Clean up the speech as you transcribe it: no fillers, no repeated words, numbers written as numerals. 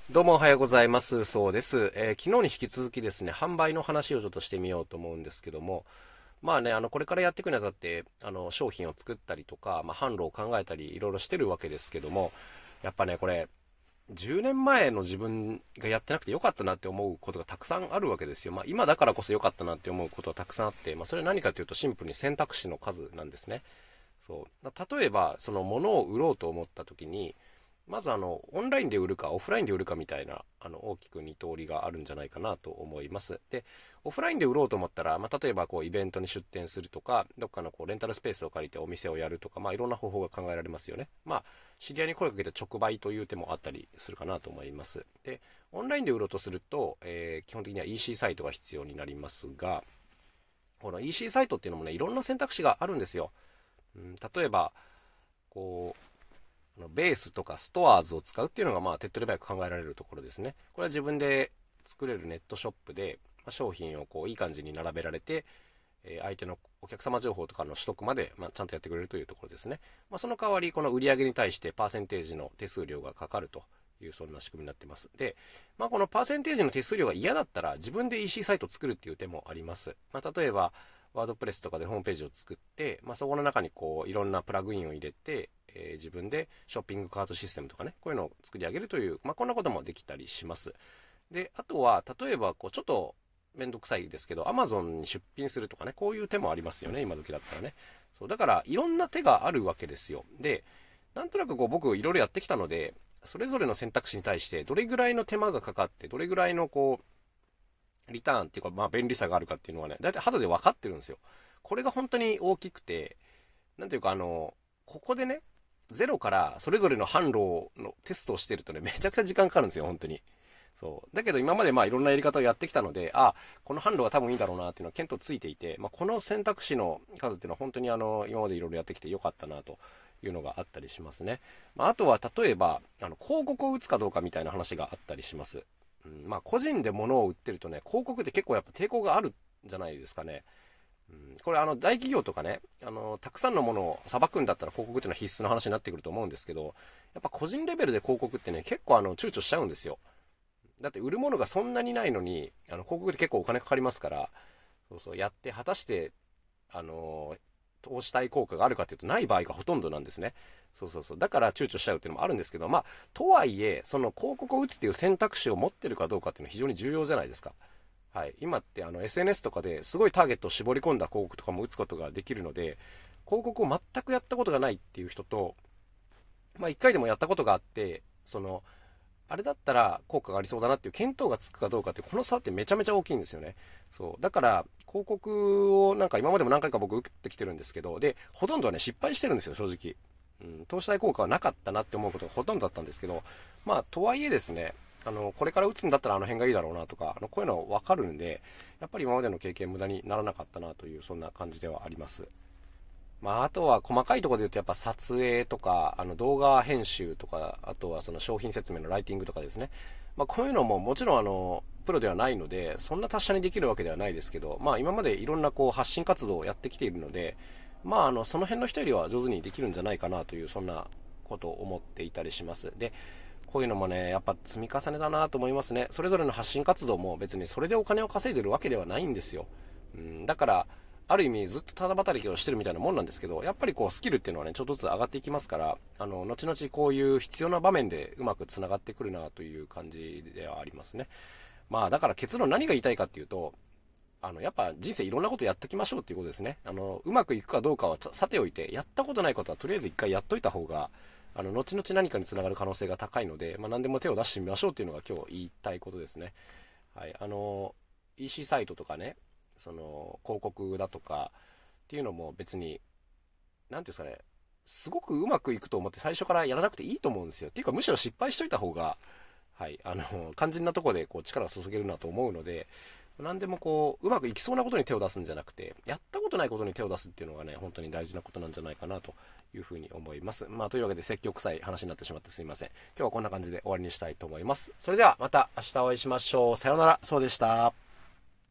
どうもおはようございます。そうです。昨日に引き続きですね、販売の話をちょっとしてみようと思うんですけども、まあね、これからやっていくにあたって、商品を作ったりとか、販路を考えたり、いろいろしてるわけですけども、やっぱね、これ、10年前の自分がやってなくてよかったなって思うことがたくさんあるわけですよ。今だからこそよかったなって思うことはたくさんあって、それは何かというとシンプルに選択肢の数なんですね。そう。例えば、その物を売ろうと思った時に、まずオンラインで売るかオフラインで売るかみたいな、大きく二通りがあるんじゃないかなと思います。で、オフラインで売ろうと思ったら、例えばこうイベントに出店するとか、どっかのこうレンタルスペースを借りてお店をやるとか、いろんな方法が考えられますよね。知り合いに声をかけて直売という手もあったりするかなと思います。で、オンラインで売ろうとすると、基本的には EC サイトが必要になりますが、この EC サイトっていうのもね、いろんな選択肢があるんですよ。例えば、こベースとかストアーズを使うっていうのが手っ取り早く考えられるところですね。これは自分で作れるネットショップで、商品をこういい感じに並べられて、相手のお客様情報とかの取得まで、ちゃんとやってくれるというところですね。その代わりこの売上に対してパーセンテージの手数料がかかるというそんな仕組みになってます。で、このパーセンテージの手数料が嫌だったら自分で EC サイトを作るっていう手もあります。例えばワードプレスとかでホームページを作って、そこの中にこういろんなプラグインを入れて、自分でショッピングカートシステムとかね、こういうのを作り上げるという、こんなこともできたりします。で、あとは例えばこうちょっとめんどくさいですけど Amazon に出品するとかね、こういう手もありますよね、今時だったらね。そうだからいろんな手があるわけですよ。で、なんとなくこう僕いろいろやってきたので、それぞれの選択肢に対してどれぐらいの手間がかかって、どれぐらいのこうリターンっていうか、便利さがあるかっていうのはね、だいたい肌で分かってるんですよ。これが本当に大きくて、なんていうかここでね、ゼロからそれぞれの販路のテストをしてるとね、めちゃくちゃ時間かかるんですよ、本当に。そう。だけど今までいろんなやり方をやってきたので、この販路が多分いいだろうなっていうのは見当ついていて、この選択肢の数っていうのは本当に今までいろいろやってきてよかったなというのがあったりしますね。あとは例えば、広告を打つかどうかみたいな話があったりします。個人で物を売ってるとね、広告って結構やっぱ抵抗があるんじゃないですかね。これ大企業とかね、たくさんのものをさばくんだったら広告っていうのは必須の話になってくると思うんですけど、やっぱ個人レベルで広告ってね、結構躊躇しちゃうんですよ。だって売るものがそんなにないのに、広告って結構お金かかりますから、そうそう、やって果たして、投資対効果があるかっていうとない場合がほとんどなんですね。そうそうそう。だから躊躇しちゃうっていうのもあるんですけど、とはいえ、その広告を打つっていう選択肢を持ってるかどうかっていうのは非常に重要じゃないですか。はい。今ってSNS とかですごいターゲットを絞り込んだ広告とかも打つことができるので、広告を全くやったことがないっていう人と、一回でもやったことがあって、あれだったら効果がありそうだなっていう見当がつくかどうかってこの差ってめちゃめちゃ大きいんですよね。そう。だから広告をなんか今までも何回か僕打ってきてるんですけど、で、ほとんどはね失敗してるんですよ、正直。投資対効果はなかったなって思うことがほとんどだったんですけど、とはいえですね、これから打つんだったらあの辺がいいだろうなとか、こういうの分かるんで、やっぱり今までの経験無駄にならなかったなという、そんな感じではあります。あとは細かいところで言うとやっぱ撮影とか、動画編集とか、あとはその商品説明のライティングとかですね。こういうのももちろんプロではないので、そんな達者にできるわけではないですけど、今までいろんなこう発信活動をやってきているので、その辺の人よりは上手にできるんじゃないかなという、そんなことを思っていたりします。で、こういうのもね、やっぱ積み重ねだなと思いますね。それぞれの発信活動も別にそれでお金を稼いでるわけではないんですよ。だから、ある意味ずっとただ働きをしてるみたいなもんなんですけど、やっぱりこうスキルっていうのはね、ちょっとずつ上がっていきますから、後々こういう必要な場面でうまく繋がってくるなという感じではありますね。だから結論何が言いたいかっていうと、やっぱ人生いろんなことやっていきましょうっていうことですね。うまくいくかどうかはさておいて、やったことないことはとりあえず一回やっといた方が、後々何かにつながる可能性が高いので、何でも手を出してみましょうっていうのが今日言いたいことですね。はい。EC サイトとかね、その広告だとかっていうのも別に何ていうんですかね、すごくうまくいくと思って最初からやらなくていいと思うんですよ。っていうかむしろ失敗しといた方が、はい、肝心なところでこう力を注げるなと思うので、何でもこううまくいきそうなことに手を出すんじゃなくて、やったことないことに手を出すっていうのがね、本当に大事なことなんじゃないかなというふうに思います。というわけで積極臭い話になってしまってすいません。今日はこんな感じで終わりにしたいと思います。それではまた明日お会いしましょう。さようなら。そうでした。